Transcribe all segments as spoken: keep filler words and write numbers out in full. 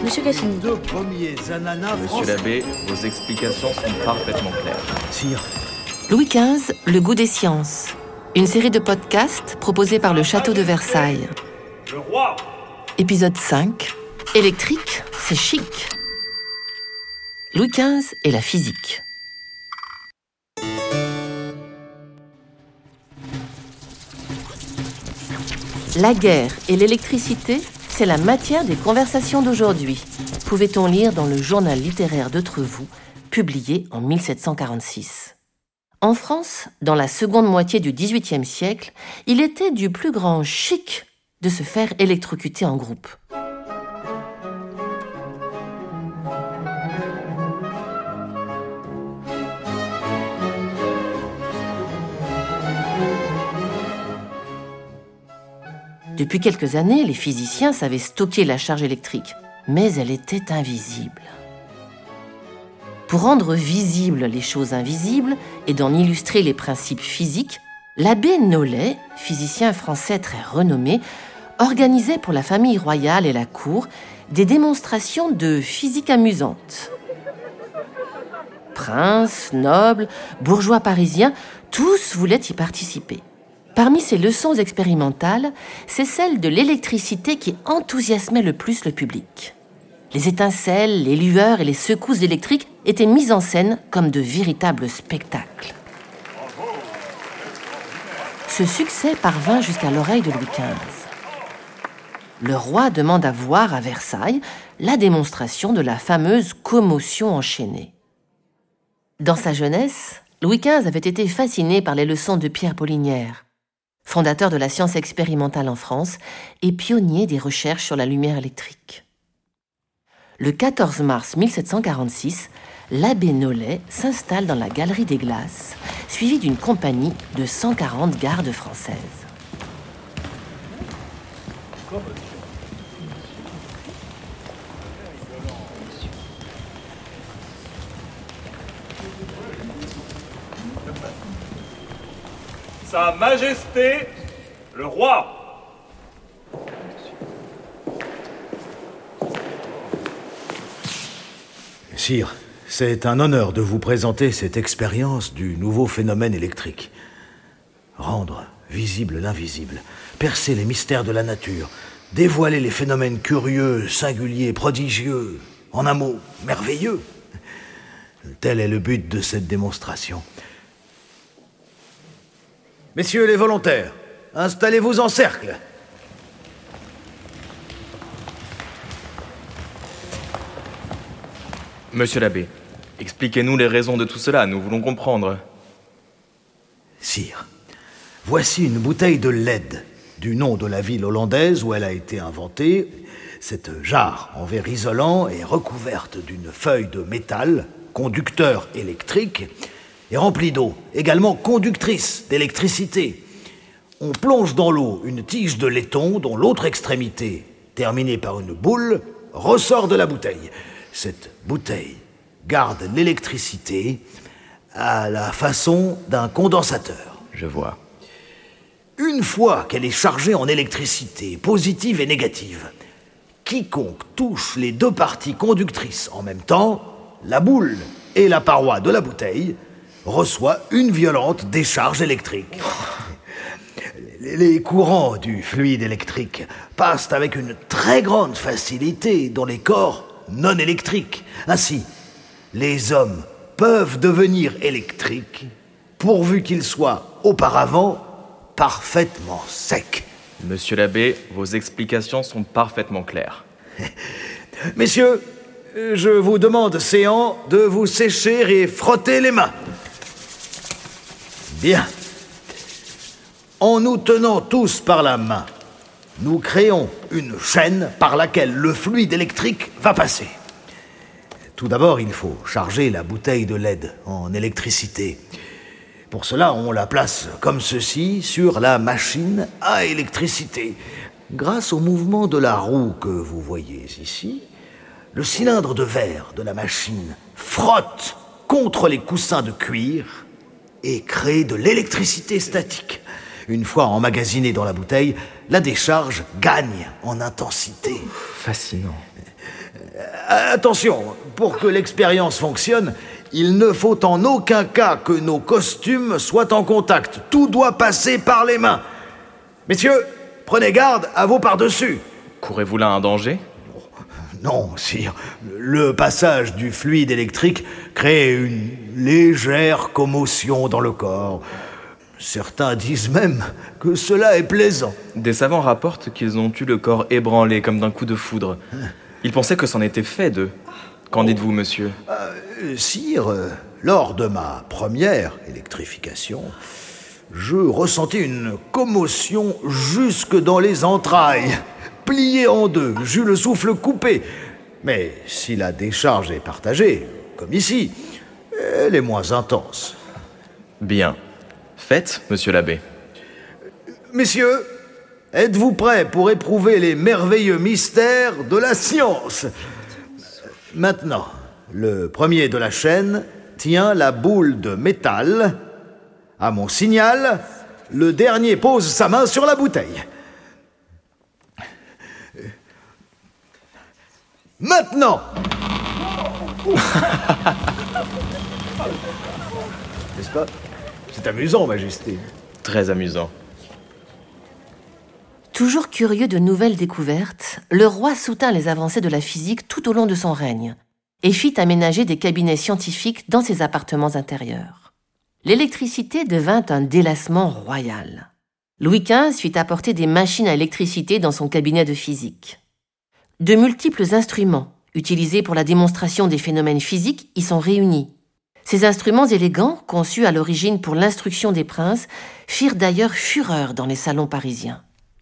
Monsieur Cassini. Deux premiers ananas. Monsieur l'abbé, vos explications sont parfaitement claires. Sire. Louis quinze, le goût des sciences. Une série de podcasts proposés par le Château de Versailles. Le roi. Épisode cinq. Électrique, c'est chic. Louis quinze et la physique. La guerre et l'électricité, c'est la matière des conversations d'aujourd'hui, pouvait-on lire dans le journal littéraire de Trevoux, publié en mille sept cent quarante-six. En France, dans la seconde moitié du dix-huitième siècle, il était du plus grand chic de se faire électrocuter en groupe. Depuis quelques années, les physiciens savaient stocker la charge électrique, mais elle était invisible. Pour rendre visibles les choses invisibles et d'en illustrer les principes physiques, l'abbé Nollet, physicien français très renommé, organisait pour la famille royale et la cour des démonstrations de physique amusante. Princes, nobles, bourgeois parisiens, tous voulaient y participer. Parmi ces leçons expérimentales, c'est celle de l'électricité qui enthousiasmait le plus le public. Les étincelles, les lueurs et les secousses électriques étaient mises en scène comme de véritables spectacles. Ce succès parvint jusqu'à l'oreille de Louis quinze. Le roi demande à voir à Versailles la démonstration de la fameuse commotion enchaînée. Dans sa jeunesse, Louis quinze avait été fasciné par les leçons de Pierre Polignaire, fondateur de la science expérimentale en France et pionnier des recherches sur la lumière électrique. Le quatorze mars mille sept cent quarante-six, l'abbé Nollet s'installe dans la Galerie des Glaces, suivi d'une compagnie de cent quarante gardes françaises. Sa Majesté, le roi. Sire, c'est un honneur de vous présenter cette expérience du nouveau phénomène électrique. Rendre visible l'invisible, percer les mystères de la nature, dévoiler les phénomènes curieux, singuliers, prodigieux, en un mot, merveilleux. Tel est le but de cette démonstration. Messieurs les volontaires, installez-vous en cercle. Monsieur l'abbé, expliquez-nous les raisons de tout cela, nous voulons comprendre. Sire, voici une bouteille de L E D, du nom de la ville hollandaise où elle a été inventée. Cette jarre en verre isolant est recouverte d'une feuille de métal, conducteur électrique, et remplie d'eau, également conductrice d'électricité. On plonge dans l'eau une tige de laiton dont l'autre extrémité, terminée par une boule, ressort de la bouteille. Cette bouteille garde l'électricité à la façon d'un condensateur. Je vois. Une fois qu'elle est chargée en électricité positive et négative, quiconque touche les deux parties conductrices en même temps, la boule et la paroi de la bouteille, reçoit une violente décharge électrique. Les courants du fluide électrique passent avec une très grande facilité dans les corps non électriques. Ainsi, les hommes peuvent devenir électriques pourvu qu'ils soient auparavant parfaitement secs. Monsieur l'abbé, vos explications sont parfaitement claires. Messieurs, je vous demande, séants, de vous sécher et frotter les mains. Bien. En nous tenant tous par la main, nous créons une chaîne par laquelle le fluide électrique va passer. Tout d'abord, il faut charger la bouteille de L E D en électricité. Pour cela, on la place comme ceci sur la machine à électricité. Grâce au mouvement de la roue que vous voyez ici, le cylindre de verre de la machine frotte contre les coussins de cuir et crée de l'électricité statique. Une fois emmagasinée dans la bouteille, la décharge gagne en intensité. Fascinant. Euh, attention, pour que l'expérience fonctionne, il ne faut en aucun cas que nos costumes soient en contact. Tout doit passer par les mains. Messieurs, prenez garde à vos par-dessus. Courez-vous là un danger ? Non, sire. Le passage du fluide électrique crée une légère commotion dans le corps. Certains disent même que cela est plaisant. Des savants rapportent qu'ils ont eu le corps ébranlé comme d'un coup de foudre. Ils pensaient que c'en était fait d'eux. Qu'en dites-vous, monsieur ? euh, Sire, euh, lors de ma première électrification, je ressentis une commotion jusque dans les entrailles. Plié en deux, j'eus le souffle coupé. Mais si la décharge est partagée, comme ici, elle est moins intense. Bien. Faites, monsieur l'abbé. Messieurs, êtes-vous prêts pour éprouver les merveilleux mystères de la science ? Maintenant, le premier de la chaîne tient la boule de métal. À mon signal, le dernier pose sa main sur la bouteille. Maintenant! N'est-ce pas? C'est amusant, Majesté. Très amusant. Toujours curieux de nouvelles découvertes, le roi soutint les avancées de la physique tout au long de son règne et fit aménager des cabinets scientifiques dans ses appartements intérieurs. L'électricité devint un délassement royal. Louis quinze fit apporter des machines à électricité dans son cabinet de physique. De multiples instruments, utilisés pour la démonstration des phénomènes physiques, y sont réunis. Ces instruments élégants, conçus à l'origine pour l'instruction des princes, firent d'ailleurs fureur dans les salons parisiens.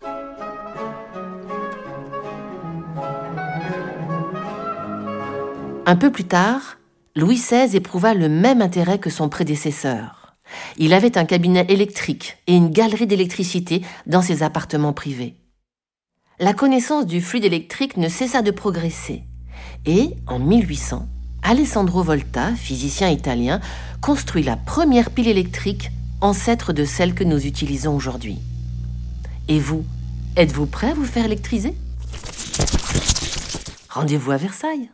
Un peu plus tard, Louis seize éprouva le même intérêt que son prédécesseur. Il avait un cabinet électrique et une galerie d'électricité dans ses appartements privés. La connaissance du fluide électrique ne cessa de progresser. Et, en mille huit cents, Alessandro Volta, physicien italien, construit la première pile électrique, ancêtre de celle que nous utilisons aujourd'hui. Et vous, êtes-vous prêt à vous faire électriser ? Rendez-vous à Versailles.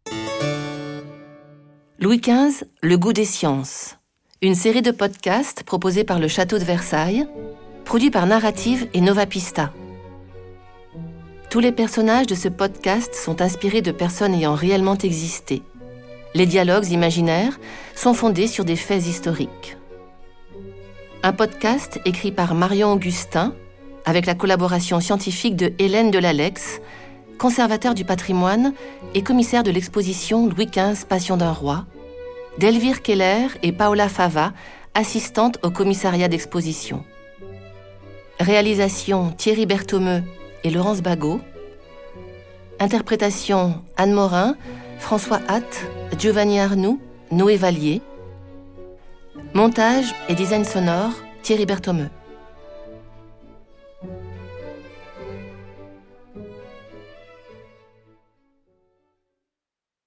Louis quinze, le goût des sciences. Une série de podcasts proposés par le Château de Versailles, produit par Narrative et Nova Pista. Tous les personnages de ce podcast sont inspirés de personnes ayant réellement existé. Les dialogues imaginaires sont fondés sur des faits historiques. Un podcast écrit par Marion Augustin, avec la collaboration scientifique de Hélène Delalex, conservateur du patrimoine et commissaire de l'exposition Louis quinze, Passion d'un roi, d'Elvire Keller et Paola Fava, assistantes au commissariat d'exposition. Réalisation Thierry Berthomeu et Laurence Bagot. Interprétation Anne Morin, François Hatt, Giovanni Arnoux, Noé Vallier. Montage et design sonore Thierry Berthomeu.